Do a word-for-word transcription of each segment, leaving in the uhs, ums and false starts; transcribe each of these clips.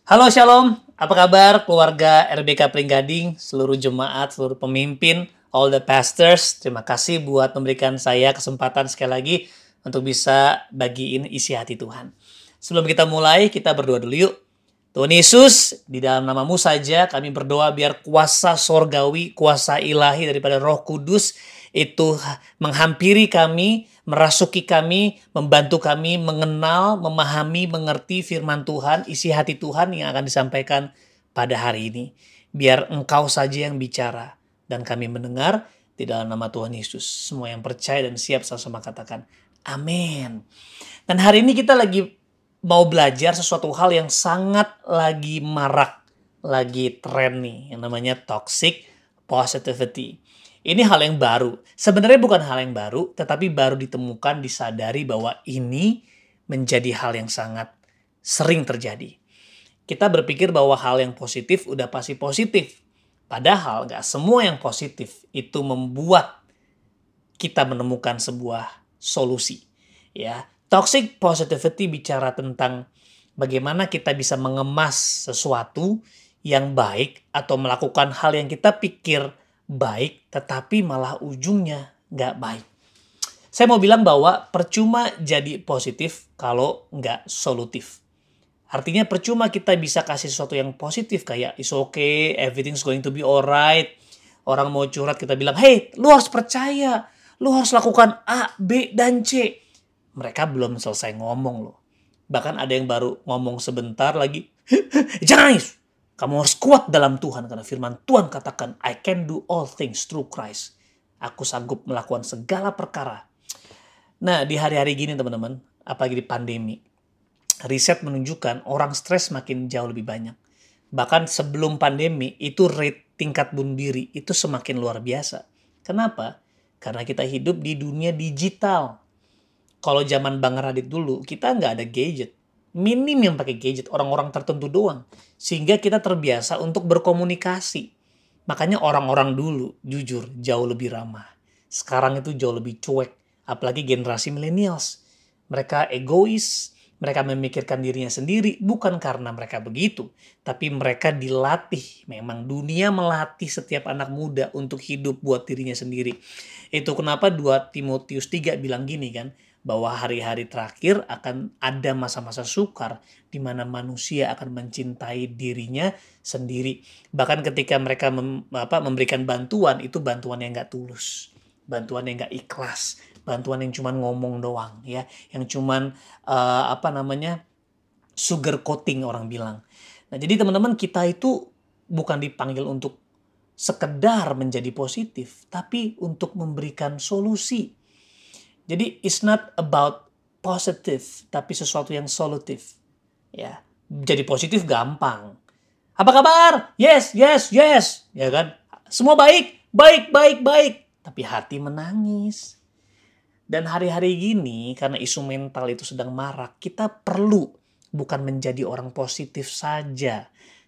Halo Shalom, apa kabar keluarga R B K Pringgading, seluruh jemaat, seluruh pemimpin, all the pastors. Terima kasih buat memberikan saya kesempatan sekali lagi untuk bisa bagiin isi hati Tuhan. Sebelum kita mulai, kita berdoa dulu yuk. Tuhan Yesus, di dalam namamu saja kami berdoa biar kuasa sorgawi, kuasa ilahi daripada Roh Kudus itu menghampiri kami, merasuki kami, membantu kami mengenal, memahami, mengerti firman Tuhan, isi hati Tuhan yang akan disampaikan pada hari ini. Biar Engkau saja yang bicara dan kami mendengar di dalam nama Tuhan Yesus. Semua yang percaya dan siap sama-sama katakan amin. Dan hari ini kita lagi mau belajar sesuatu hal yang sangat lagi marak, lagi tren nih, yang namanya toxic positivity. Ini hal yang baru. Sebenarnya bukan hal yang baru, tetapi baru ditemukan, disadari bahwa ini menjadi hal yang sangat sering terjadi. Kita berpikir bahwa hal yang positif udah pasti positif. Padahal gak semua yang positif itu membuat kita menemukan sebuah solusi. Ya, toxic positivity bicara tentang bagaimana kita bisa mengemas sesuatu yang baik atau melakukan hal yang kita pikir baik, tetapi malah ujungnya nggak baik. Saya mau bilang bahwa percuma jadi positif kalau nggak solutif. Artinya percuma kita bisa kasih sesuatu yang positif kayak it's okay, everything's going to be alright. Orang mau curhat kita bilang, hey lu harus percaya, lu harus lakukan A, B, dan C. Mereka belum selesai ngomong loh. Bahkan ada yang baru ngomong sebentar lagi, jangan nangis. Kamu harus kuat dalam Tuhan karena firman Tuhan katakan, I can do all things through Christ. Aku sanggup melakukan segala perkara. Nah, di hari-hari gini teman-teman, apalagi di pandemi, riset menunjukkan orang stres makin jauh lebih banyak. Bahkan sebelum pandemi, itu rate tingkat bunuh diri itu semakin luar biasa. Kenapa? Karena kita hidup di dunia digital. Kalau zaman Bang Radit dulu, kita nggak ada gadget. Minim yang pakai gadget, orang-orang tertentu doang. Sehingga kita terbiasa untuk berkomunikasi. Makanya orang-orang dulu, jujur, jauh lebih ramah. Sekarang itu jauh lebih cuek. Apalagi generasi millennials. Mereka egois, mereka memikirkan dirinya sendiri, bukan karena mereka begitu. Tapi mereka dilatih. Memang dunia melatih setiap anak muda untuk hidup buat dirinya sendiri. Itu kenapa dua Timotius tiga bilang gini kan, bahwa hari-hari terakhir akan ada masa-masa sukar di mana manusia akan mencintai dirinya sendiri. Bahkan ketika mereka mem, apa, memberikan bantuan, itu bantuan yang gak tulus. Bantuan yang gak ikhlas. Bantuan yang cuman ngomong doang ya. Yang cuman uh, apa namanya sugar coating orang bilang. Nah jadi teman-teman kita itu bukan dipanggil untuk sekedar menjadi positif. Tapi untuk memberikan solusi. Jadi it's not about positive, tapi sesuatu yang solutif. Ya, jadi positif gampang. Apa kabar? Yes, yes, yes. Ya kan? Semua baik, baik, baik, baik. Tapi hati menangis. Dan hari-hari gini, karena isu mental itu sedang marak, kita perlu bukan menjadi orang positif saja,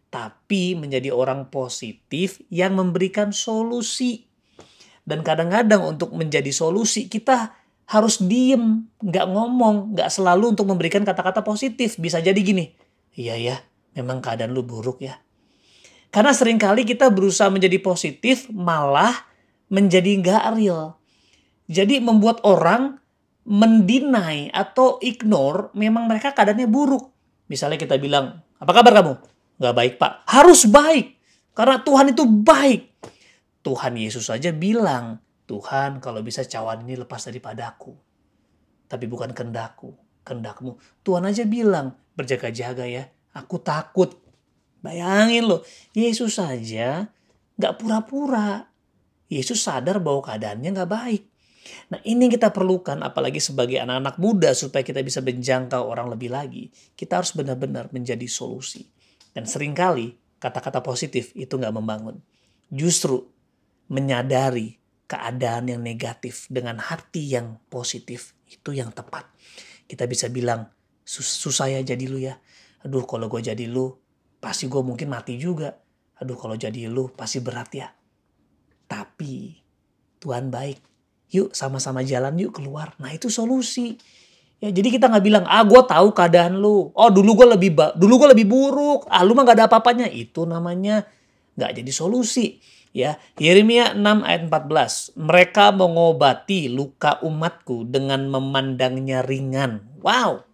tapi menjadi orang positif yang memberikan solusi. Dan kadang-kadang untuk menjadi solusi, kita harus diem, nggak ngomong, nggak selalu untuk memberikan kata-kata positif. Bisa jadi gini, iya ya, memang keadaan lu buruk ya. Karena seringkali kita berusaha menjadi positif, malah menjadi nggak real. Jadi membuat orang mendinai atau ignore memang mereka keadaannya buruk. Misalnya kita bilang, apa kabar kamu? Nggak baik pak. Harus baik, karena Tuhan itu baik. Tuhan Yesus saja bilang, Tuhan kalau bisa cawan ini lepas daripadaku. Tapi bukan kehendakku, kehendakmu. Tuhan aja bilang, berjaga-jaga ya. Aku takut. Bayangin loh, Yesus saja gak pura-pura. Yesus sadar bahwa keadaannya gak baik. Nah ini yang kita perlukan apalagi sebagai anak-anak muda supaya kita bisa menjangkau orang lebih lagi. Kita harus benar-benar menjadi solusi. Dan seringkali kata-kata positif itu gak membangun. Justru menyadari keadaan yang negatif dengan hati yang positif itu yang tepat. Kita bisa bilang Sus susah ya jadi lu ya. Aduh kalau gue jadi lu pasti gue mungkin mati juga. Aduh kalau jadi lu pasti berat ya. Tapi Tuhan baik. Yuk sama-sama jalan yuk keluar. Nah itu solusi. Ya, jadi kita nggak bilang, ah gue tahu keadaan lu. Oh dulu gue lebih ba- dulu gue lebih buruk. Ah lu mah nggak ada apa-apanya. Itu namanya nggak jadi solusi. Ya, Yeremia enam ayat empat belas. Mereka mengobati luka umatku dengan memandangnya ringan. Wow.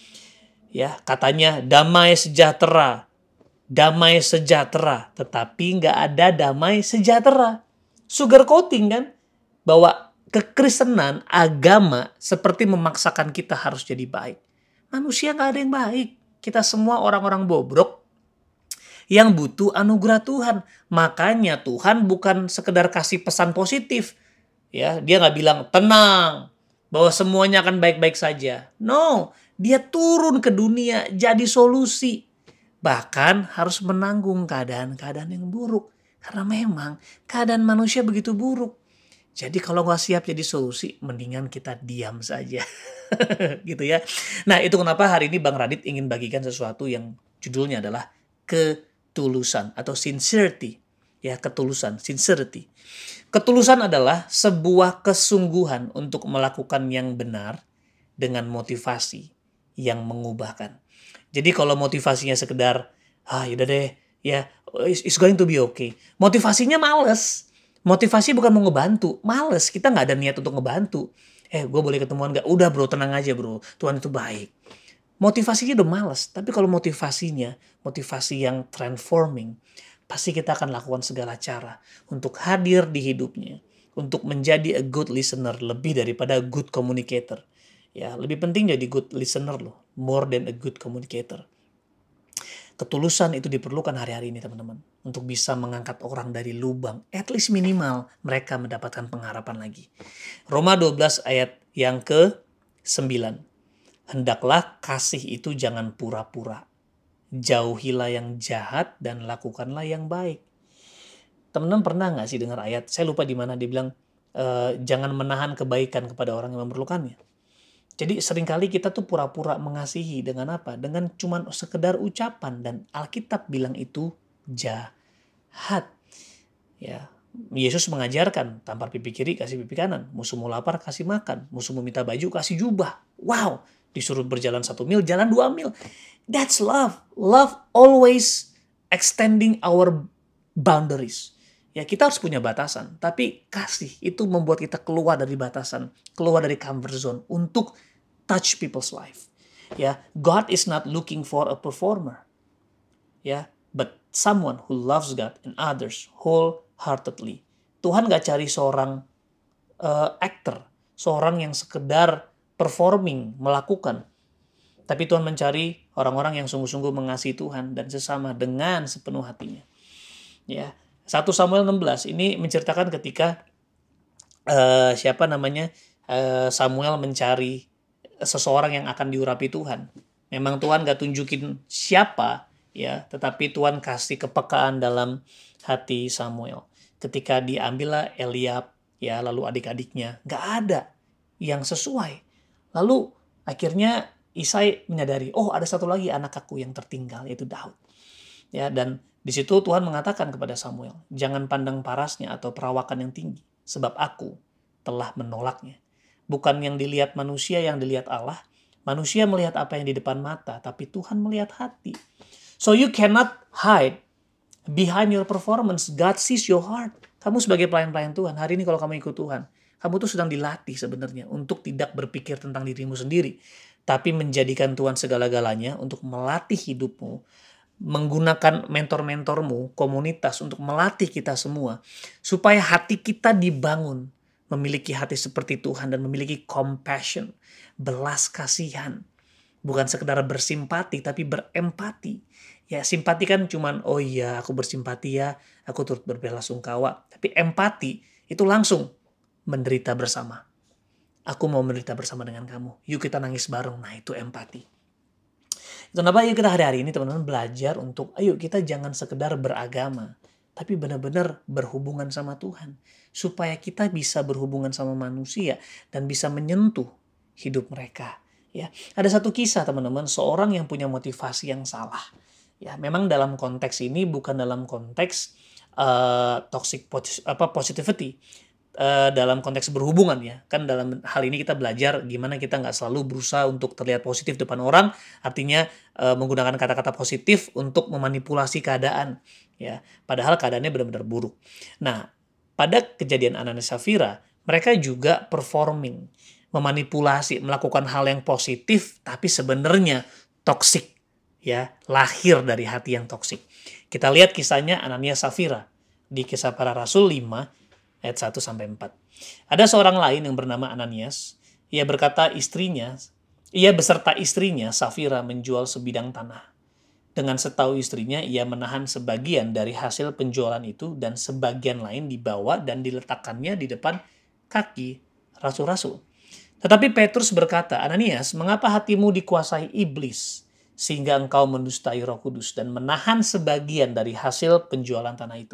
Ya, katanya damai sejahtera. Damai sejahtera. Tetapi nggak ada damai sejahtera. Sugar coating kan. Bahwa kekristenan, agama seperti memaksakan kita harus jadi baik. Manusia nggak ada yang baik. Kita semua orang-orang bobrok yang butuh anugerah Tuhan. Makanya Tuhan bukan sekedar kasih pesan positif. Ya, dia nggak bilang tenang bahwa semuanya akan baik-baik saja. No, dia turun ke dunia jadi solusi. Bahkan harus menanggung keadaan-keadaan yang buruk. Karena memang keadaan manusia begitu buruk. Jadi kalau nggak siap jadi solusi, mendingan kita diam saja. Gitu ya. Nah itu kenapa hari ini Bang Radit ingin bagikan sesuatu yang judulnya adalah ketulusan atau sincerity. Ya, ketulusan, sincerity. Ketulusan adalah sebuah kesungguhan untuk melakukan yang benar dengan motivasi yang mengubahkan. Jadi kalau motivasinya sekedar, ah yaudah deh, ya it's going to be okay. Motivasinya males. Motivasi bukan mau ngebantu, males. Kita nggak ada niat untuk ngebantu. Eh, gue boleh ketemuan nggak? Udah bro, tenang aja bro. Tuhan itu baik. Motivasinya udah males. Tapi kalau motivasinya, motivasi yang transforming, pasti kita akan lakukan segala cara untuk hadir di hidupnya. Untuk menjadi a good listener lebih daripada good communicator. Ya, lebih penting jadi good listener loh. More than a good communicator. Ketulusan itu diperlukan hari-hari ini teman-teman. Untuk bisa mengangkat orang dari lubang. At least minimal mereka mendapatkan pengharapan lagi. Roma dua belas ayat yang ke sembilan. Hendaklah kasih itu jangan pura-pura. Jauhilah yang jahat dan lakukanlah yang baik. Teman-teman pernah gak sih dengar ayat? Saya lupa di mana dia bilang. E, jangan menahan kebaikan kepada orang yang memerlukannya. Jadi seringkali kita tuh pura-pura mengasihi dengan apa? Dengan cuman sekedar ucapan dan Alkitab bilang itu jahat. Ya, Yesus mengajarkan tampar pipi kiri kasih pipi kanan, musuhmu lapar kasih makan, musuhmu minta baju kasih jubah. Wow, disuruh berjalan satu mil jalan dua mil. That's love. Love always extending our boundaries. Ya kita harus punya batasan, tapi kasih itu membuat kita keluar dari batasan, keluar dari comfort zone untuk touch people's life. Ya, God is not looking for a performer. Ya, but someone who loves God and others wholeheartedly. Tuhan gak cari seorang uh, actor, seorang yang sekedar performing, melakukan. Tapi Tuhan mencari orang-orang yang sungguh-sungguh mengasihi Tuhan dan sesama dengan sepenuh hatinya. Ya, satu Samuel enam belas ini menceritakan ketika uh, siapa namanya uh, Samuel mencari seseorang yang akan diurapi Tuhan. Memang Tuhan gak tunjukin siapa, ya, tetapi Tuhan kasih kepekaan dalam hati Samuel. Ketika diambillah Eliab, ya, lalu adik-adiknya, gak ada yang sesuai. Lalu akhirnya Isai menyadari, oh ada satu lagi anak aku yang tertinggal, yaitu Daud. Ya, dan di situ Tuhan mengatakan kepada Samuel, jangan pandang parasnya atau perawakan yang tinggi, sebab aku telah menolaknya. Bukan yang dilihat manusia, yang dilihat Allah. Manusia melihat apa yang di depan mata, tapi Tuhan melihat hati. So you cannot hide behind your performance. God sees your heart. Kamu sebagai pelayan-pelayan Tuhan, hari ini kalau kamu ikut Tuhan, kamu tuh sedang dilatih sebenarnya untuk tidak berpikir tentang dirimu sendiri, tapi menjadikan Tuhan segala-galanya untuk melatih hidupmu, menggunakan mentor-mentormu, komunitas untuk melatih kita semua, supaya hati kita dibangun, memiliki hati seperti Tuhan dan memiliki compassion, belas kasihan. Bukan sekedar bersimpati, tapi berempati. Ya, simpati kan cuman, oh iya aku bersimpati ya, aku turut berbelasungkawa. Tapi empati itu langsung menderita bersama. Aku mau menderita bersama dengan kamu. Yuk kita nangis bareng. Nah itu empati. Itu kenapa yuk kita hari-hari ini teman-teman belajar untuk, ayo kita jangan sekedar beragama, tapi benar-benar berhubungan sama Tuhan. Supaya kita bisa berhubungan sama manusia dan bisa menyentuh hidup mereka. Ya, ada satu kisah teman-teman, seorang yang punya motivasi yang salah. Ya, memang dalam konteks ini bukan dalam konteks uh, toxic apa positivity, uh, dalam konteks berhubungan ya. Kan dalam hal ini kita belajar gimana kita nggak selalu berusaha untuk terlihat positif depan orang, artinya uh, menggunakan kata-kata positif untuk memanipulasi keadaan ya. Padahal keadaannya benar-benar buruk. Nah, pada kejadian Ananias Safira, mereka juga performing, memanipulasi, melakukan hal yang positif tapi sebenarnya toksik ya, lahir dari hati yang toksik. Kita lihat kisahnya Ananias Safira di Kisah Para Rasul lima ayat satu sampai empat. Ada seorang lain yang bernama Ananias. Ia berkata istrinya, ia beserta istrinya Safira menjual sebidang tanah. Dengan setahu istrinya, ia menahan sebagian dari hasil penjualan itu dan sebagian lain dibawa dan diletakkannya di depan kaki rasul-rasul. Tetapi Petrus berkata, Ananias, mengapa hatimu dikuasai iblis sehingga engkau mendustai Roh Kudus dan menahan sebagian dari hasil penjualan tanah itu?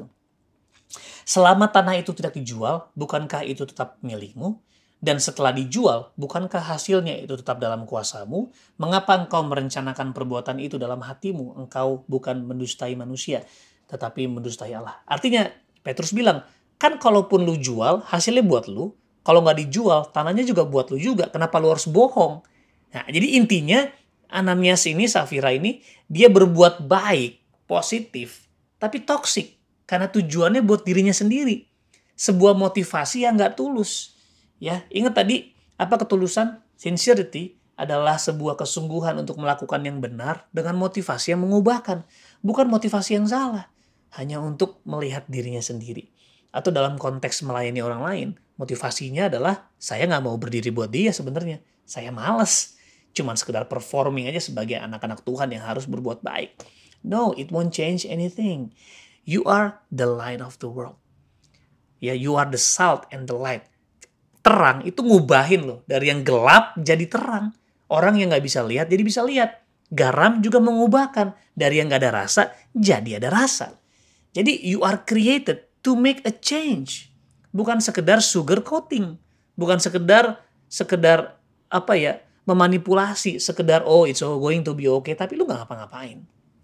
Selama tanah itu tidak dijual, bukankah itu tetap milikmu? Dan setelah dijual, bukankah hasilnya itu tetap dalam kuasamu? Mengapa engkau merencanakan perbuatan itu dalam hatimu? Engkau bukan mendustai manusia, tetapi mendustai Allah. Artinya, Petrus bilang, kan kalaupun lu jual, hasilnya buat lu. Kalau nggak dijual, tanahnya juga buat lu juga. Kenapa lu harus bohong? Nah, jadi intinya, Ananias ini, Safira ini, dia berbuat baik, positif, tapi toksik. Karena tujuannya buat dirinya sendiri. Sebuah motivasi yang nggak tulus. Ya, ingat tadi apa ketulusan? Sincerity adalah sebuah kesungguhan untuk melakukan yang benar dengan motivasi yang mengubahkan, bukan motivasi yang salah, hanya untuk melihat dirinya sendiri. Atau dalam konteks melayani orang lain, motivasinya adalah saya nggak mau berdiri buat dia sebenarnya, saya malas, cuman sekedar performing aja sebagai anak-anak Tuhan yang harus berbuat baik. No, it won't change anything. You are the light of the world. Ya, you are the salt and the light. Terang itu ngubahin loh. Dari yang gelap jadi terang. Orang yang gak bisa lihat jadi bisa lihat. Garam juga mengubahkan. Dari yang gak ada rasa jadi ada rasa. Jadi you are created to make a change. Bukan sekedar sugar coating. Bukan sekedar sekedar apa ya, memanipulasi. Sekedar oh it's all going to be okay. Tapi lu gak ngapa-ngapain.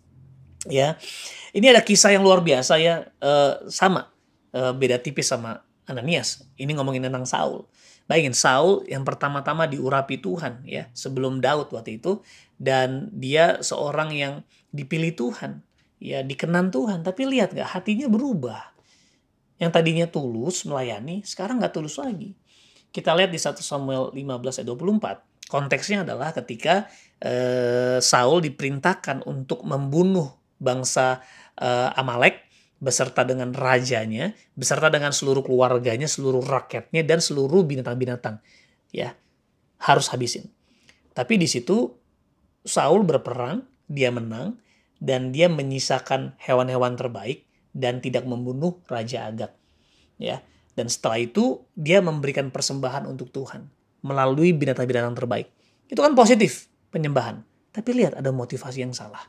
Ya, ini ada kisah yang luar biasa ya. Uh, sama. Uh, beda tipis sama Ananias. Ini ngomongin tentang Saul. Bayangin, Saul yang pertama-tama diurapi Tuhan ya, sebelum Daud waktu itu, dan dia seorang yang dipilih Tuhan, ya dikenan Tuhan, tapi lihat gak, hatinya berubah. Yang tadinya tulus melayani, sekarang gak tulus lagi. Kita lihat di satu Samuel lima belas ayat dua puluh empat. Konteksnya adalah ketika eh, Saul diperintahkan untuk membunuh bangsa eh, Amalek, beserta dengan rajanya, beserta dengan seluruh keluarganya, seluruh rakyatnya, dan seluruh binatang-binatang. Ya, harus habisin. Tapi di situ Saul berperang, dia menang, dan dia menyisakan hewan-hewan terbaik dan tidak membunuh Raja Agag. Ya, dan setelah itu dia memberikan persembahan untuk Tuhan melalui binatang-binatang terbaik. Itu kan positif, penyembahan. Tapi lihat ada motivasi yang salah.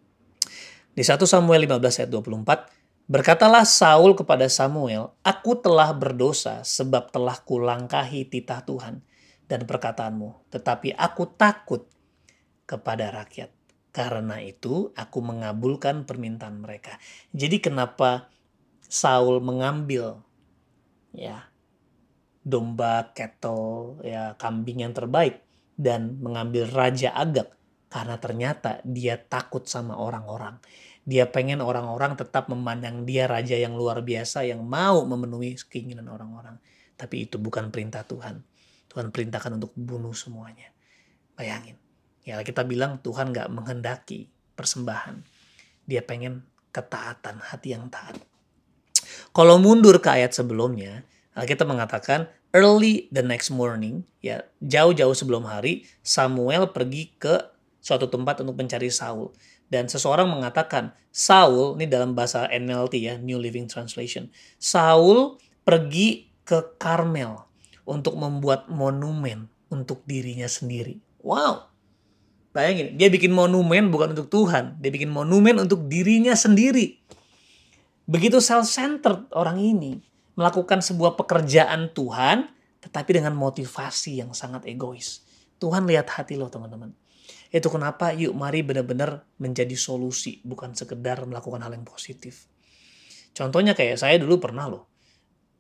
Di satu Samuel lima belas ayat dua puluh empat, berkatalah Saul kepada Samuel, aku telah berdosa sebab telah kulangkahi titah Tuhan dan perkataanmu. Tetapi aku takut kepada rakyat. Karena itu aku mengabulkan permintaan mereka. Jadi kenapa Saul mengambil ya domba, cattle, ya kambing yang terbaik dan mengambil Raja Agag? Karena ternyata dia takut sama orang-orang. Dia pengen orang-orang tetap memandang dia raja yang luar biasa yang mau memenuhi keinginan orang-orang. Tapi itu bukan perintah Tuhan. Tuhan perintahkan untuk bunuh semuanya. Bayangin. Ya kita bilang Tuhan gak menghendaki persembahan. Dia pengen ketaatan, hati yang taat. Kalau mundur ke ayat sebelumnya, kita mengatakan early the next morning, ya jauh-jauh sebelum hari, Samuel pergi ke suatu tempat untuk mencari Saul. Dan seseorang mengatakan, Saul, ini dalam bahasa N L T ya, New Living Translation. Saul pergi ke Karmel untuk membuat monumen untuk dirinya sendiri. Wow, bayangin, dia bikin monumen bukan untuk Tuhan. Dia bikin monumen untuk dirinya sendiri. Begitu self-centered orang ini. Melakukan sebuah pekerjaan Tuhan, tetapi dengan motivasi yang sangat egois. Tuhan lihat hati lo teman-teman. Itu kenapa yuk mari benar-benar menjadi solusi, bukan sekedar melakukan hal yang positif. Contohnya kayak saya dulu pernah loh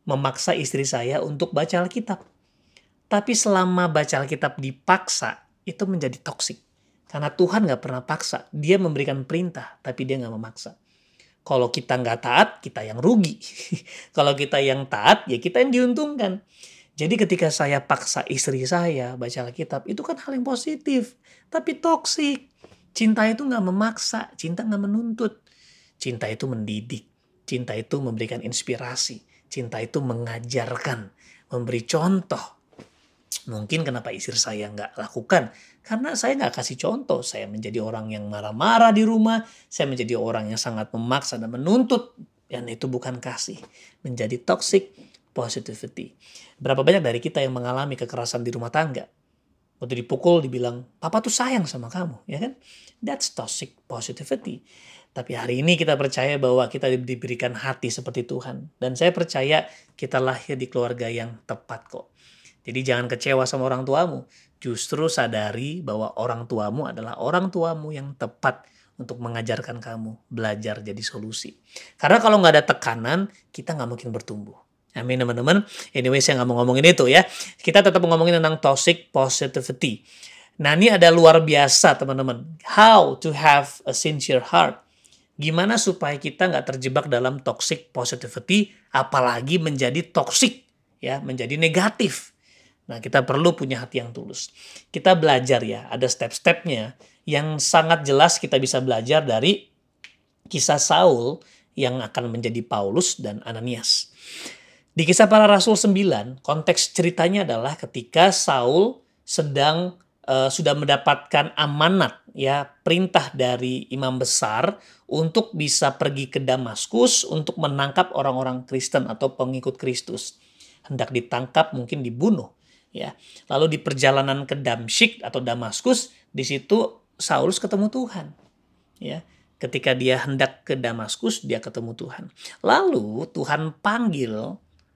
memaksa istri saya untuk baca Alkitab. Tapi selama baca Alkitab dipaksa, itu menjadi toksik. Karena Tuhan gak pernah paksa. Dia memberikan perintah, tapi dia gak memaksa. Kalau kita nggak taat, kita yang rugi. Kalau kita yang taat, ya kita yang diuntungkan. Jadi ketika saya paksa istri saya baca Alkitab, itu kan hal yang positif. Tapi toksik. Cinta itu nggak memaksa, cinta nggak menuntut. Cinta itu mendidik. Cinta itu memberikan inspirasi. Cinta itu mengajarkan, memberi contoh. Mungkin kenapa istri saya nggak lakukan? Karena saya nggak kasih contoh. Saya menjadi orang yang marah-marah di rumah. Saya menjadi orang yang sangat memaksa dan menuntut. Dan itu bukan kasih. Menjadi toxic positivity. Berapa banyak dari kita yang mengalami kekerasan di rumah tangga? Waktu dipukul dibilang, papa tuh sayang sama kamu. Ya kan? That's toxic positivity. Tapi hari ini kita percaya bahwa kita diberikan hati seperti Tuhan. Dan saya percaya kita lahir di keluarga yang tepat kok. Jadi jangan kecewa sama orang tuamu. Justru sadari bahwa orang tuamu adalah orang tuamu yang tepat untuk mengajarkan kamu belajar jadi solusi. Karena kalau nggak ada tekanan, kita nggak mungkin bertumbuh. Amin teman-teman. Anyway, saya nggak mau ngomongin itu ya. Kita tetap ngomongin tentang toxic positivity. Nah ini ada luar biasa teman-teman. How to have a sincere heart. Gimana supaya kita nggak terjebak dalam toxic positivity, apalagi menjadi toxic, ya, menjadi negatif. Nah, kita perlu punya hati yang tulus. Kita belajar ya, ada step-stepnya yang sangat jelas kita bisa belajar dari kisah Saul yang akan menjadi Paulus dan Ananias. Di Kisah Para Rasul sembilan, konteks ceritanya adalah ketika Saul sedang uh, sudah mendapatkan amanat, ya, perintah dari imam besar untuk bisa pergi ke Damaskus untuk menangkap orang-orang Kristen atau pengikut Kristus. Hendak ditangkap, mungkin dibunuh. Ya, lalu di perjalanan ke Damsyik atau Damaskus, di situ Saulus ketemu Tuhan. Ya, ketika dia hendak ke Damaskus, dia ketemu Tuhan. Lalu Tuhan panggil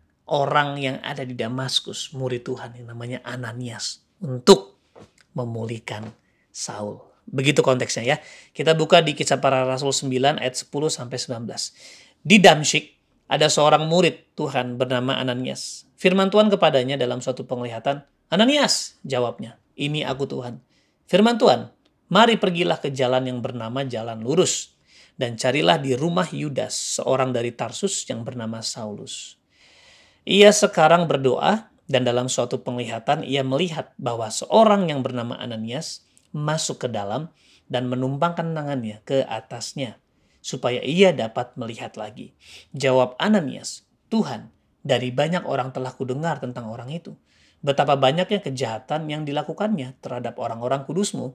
orang yang ada di Damaskus, murid Tuhan yang namanya Ananias, untuk memulihkan Saul. Begitu konteksnya ya. Kita buka di Kisah Para Rasul sembilan ayat sepuluh sampai sembilan belas. Di Damsyik ada seorang murid Tuhan bernama Ananias. Firman Tuhan kepadanya dalam suatu penglihatan, Ananias, jawabnya, ini aku Tuhan. Firman Tuhan, mari pergilah ke jalan yang bernama Jalan Lurus, dan carilah di rumah Yudas, seorang dari Tarsus yang bernama Saulus. Ia sekarang berdoa, dan dalam suatu penglihatan ia melihat bahwa seorang yang bernama Ananias masuk ke dalam dan menumpangkan tangannya ke atasnya, supaya ia dapat melihat lagi. Jawab Ananias, Tuhan, dari banyak orang telah kudengar tentang orang itu. Betapa banyaknya kejahatan yang dilakukannya terhadap orang-orang kudusmu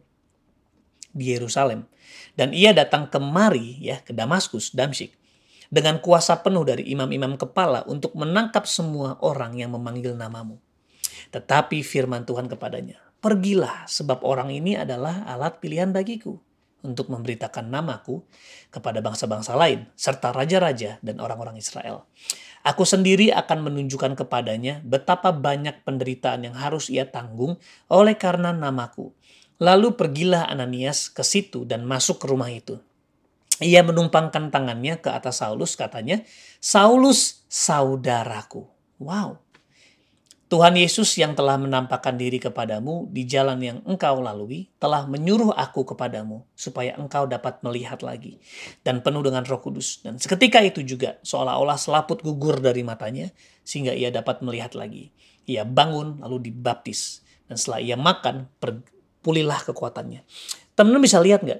di Yerusalem. Dan ia datang kemari, ya, ke Damaskus, Damsyik, dengan kuasa penuh dari imam-imam kepala untuk menangkap semua orang yang memanggil namamu. Tetapi firman Tuhan kepadanya, pergilah sebab orang ini adalah alat pilihan bagiku untuk memberitakan namaku kepada bangsa-bangsa lain, serta raja-raja dan orang-orang Israel. Aku sendiri akan menunjukkan kepadanya betapa banyak penderitaan yang harus ia tanggung oleh karena namaku. Lalu pergilah Ananias ke situ dan masuk ke rumah itu. Ia menumpangkan tangannya ke atas Saulus, katanya, Saulus, saudaraku. Wow. Tuhan Yesus yang telah menampakkan diri kepadamu di jalan yang engkau lalui, telah menyuruh aku kepadamu supaya engkau dapat melihat lagi dan penuh dengan Roh Kudus. Dan seketika itu juga seolah-olah selaput gugur dari matanya sehingga ia dapat melihat lagi. Ia bangun lalu dibaptis. Dan setelah ia makan, pulihlah kekuatannya. Teman-teman bisa lihat nggak?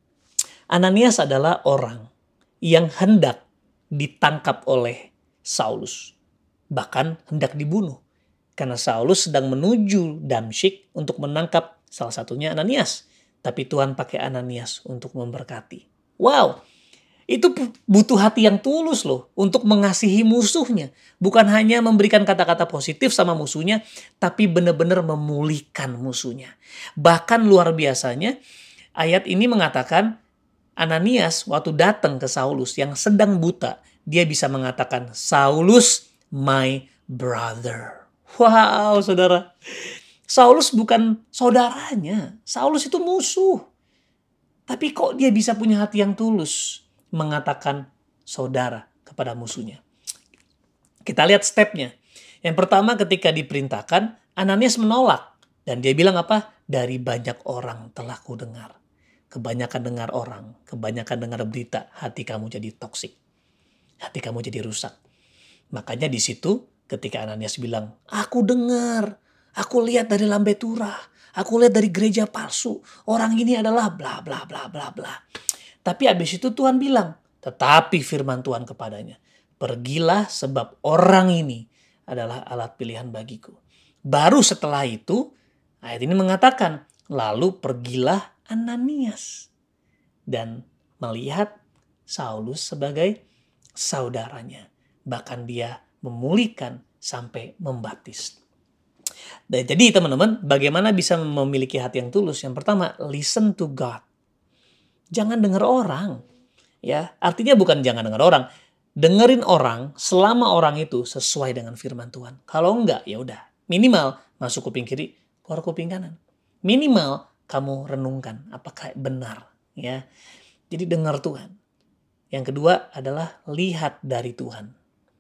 Ananias adalah orang yang hendak ditangkap oleh Saulus. Bahkan hendak dibunuh. Karena Saulus sedang menuju Damsyik untuk menangkap salah satunya Ananias. Tapi Tuhan pakai Ananias untuk memberkati. Wow, itu butuh hati yang tulus loh untuk mengasihi musuhnya. Bukan hanya memberikan kata-kata positif sama musuhnya, tapi benar-benar memulihkan musuhnya. Bahkan luar biasanya, ayat ini mengatakan Ananias waktu datang ke Saulus yang sedang buta, dia bisa mengatakan, Saulus, my brother. Wow, saudara. Saulus bukan saudaranya. Saulus itu musuh. Tapi kok dia bisa punya hati yang tulus mengatakan saudara kepada musuhnya. Kita lihat stepnya. Yang pertama ketika diperintahkan, Ananias menolak. Dan dia bilang apa? Dari banyak orang telah ku dengar. Kebanyakan dengar orang, kebanyakan dengar berita, hati kamu jadi toksik. Hati kamu jadi rusak. Makanya di situ ketika Ananias bilang, aku dengar, aku lihat dari lambe turah, aku lihat dari gereja palsu, orang ini adalah bla bla bla bla bla. Tapi habis itu Tuhan bilang, tetapi firman Tuhan kepadanya, pergilah sebab orang ini adalah alat pilihan bagiku. Baru setelah itu ayat ini mengatakan, lalu pergilah Ananias dan melihat Saulus sebagai saudaranya. Bahkan dia memulihkan sampai membaptis. Dan jadi teman-teman, bagaimana bisa memiliki hati yang tulus? Yang pertama, listen to God. Jangan dengar orang. Ya, artinya bukan jangan dengar orang. Dengerin orang selama orang itu sesuai dengan firman Tuhan. Kalau enggak, ya udah. Minimal masuk kuping kiri, keluar kuping kanan. Minimal kamu renungkan apakah benar. Ya, jadi dengar Tuhan. Yang kedua adalah lihat dari Tuhan.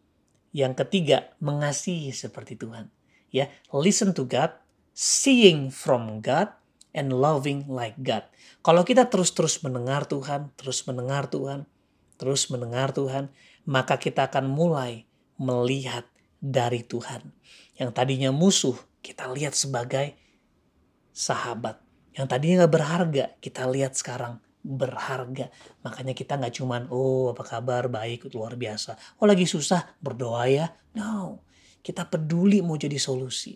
Yang ketiga, mengasihi seperti Tuhan. Ya, listen to God, seeing from God, and loving like God. Kalau kita terus-terus mendengar Tuhan, terus mendengar Tuhan, terus mendengar Tuhan, maka kita akan mulai melihat dari Tuhan. Yang tadinya musuh, kita lihat sebagai sahabat. Yang tadinya gak berharga, kita lihat sekarang berharga. Makanya kita gak cuman, oh apa kabar, baik, luar biasa. Oh lagi susah, berdoa ya. No, kita peduli mau jadi solusi.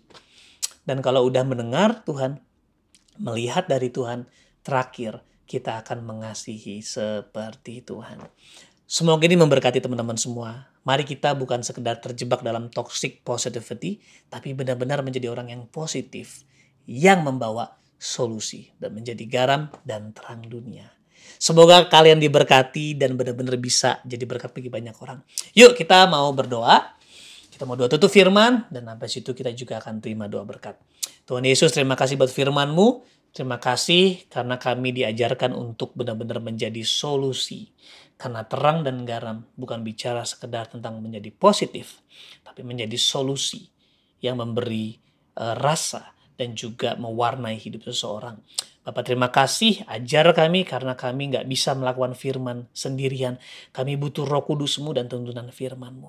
Dan kalau udah mendengar Tuhan, melihat dari Tuhan, terakhir kita akan mengasihi seperti Tuhan. Semoga ini memberkati teman-teman semua. Mari kita bukan sekedar terjebak dalam toxic positivity, tapi benar-benar menjadi orang yang positif, yang membawa solusi dan menjadi garam dan terang dunia. Semoga kalian diberkati dan benar-benar bisa jadi berkat bagi banyak orang. Yuk kita mau berdoa. Kita mau doa tutup firman dan sampai situ kita juga akan terima doa berkat. Tuhan Yesus, terima kasih buat firman-Mu. Terima kasih karena kami diajarkan untuk benar-benar menjadi solusi. Karena terang dan garam bukan bicara sekedar tentang menjadi positif, tapi menjadi solusi yang memberi uh, rasa dan juga mewarnai hidup seseorang. Bapak terima kasih, ajar kami karena kami gak bisa melakukan firman sendirian. Kami butuh Roh Kudus-Mu dan tuntunan firman-Mu.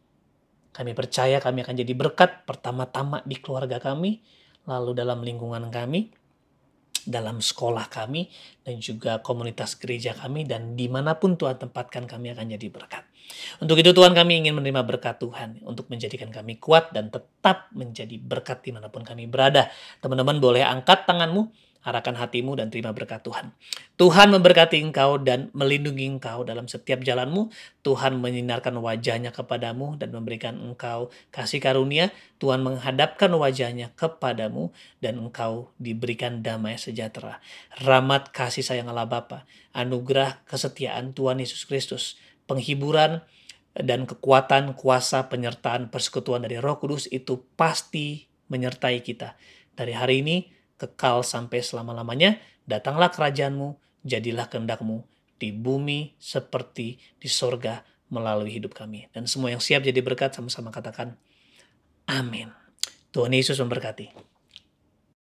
Kami percaya kami akan jadi berkat pertama-tama di keluarga kami, lalu dalam lingkungan kami, dalam sekolah kami, dan juga komunitas gereja kami, dan dimanapun Tuhan tempatkan kami akan jadi berkat. Untuk itu Tuhan kami ingin menerima berkat Tuhan, untuk menjadikan kami kuat dan tetap menjadi berkat dimanapun kami berada. Teman-teman boleh angkat tanganmu, arahkan hatimu dan terima berkat Tuhan. Tuhan memberkati engkau dan melindungi engkau dalam setiap jalanmu. Tuhan menyinarkan wajahnya kepadamu dan memberikan engkau kasih karunia. Tuhan menghadapkan wajahnya kepadamu dan engkau diberikan damai sejahtera. Rahmat kasih sayang Allah Bapa, anugerah kesetiaan Tuhan Yesus Kristus, penghiburan dan kekuatan, kuasa, penyertaan, persekutuan dari Roh Kudus itu pasti menyertai kita. Dari hari ini kekal sampai selama-lamanya. Datanglah kerajaan-Mu, jadilah kehendak-Mu di bumi seperti di sorga melalui hidup kami. Dan semua yang siap jadi berkat sama-sama katakan amin. Tuhan Yesus memberkati.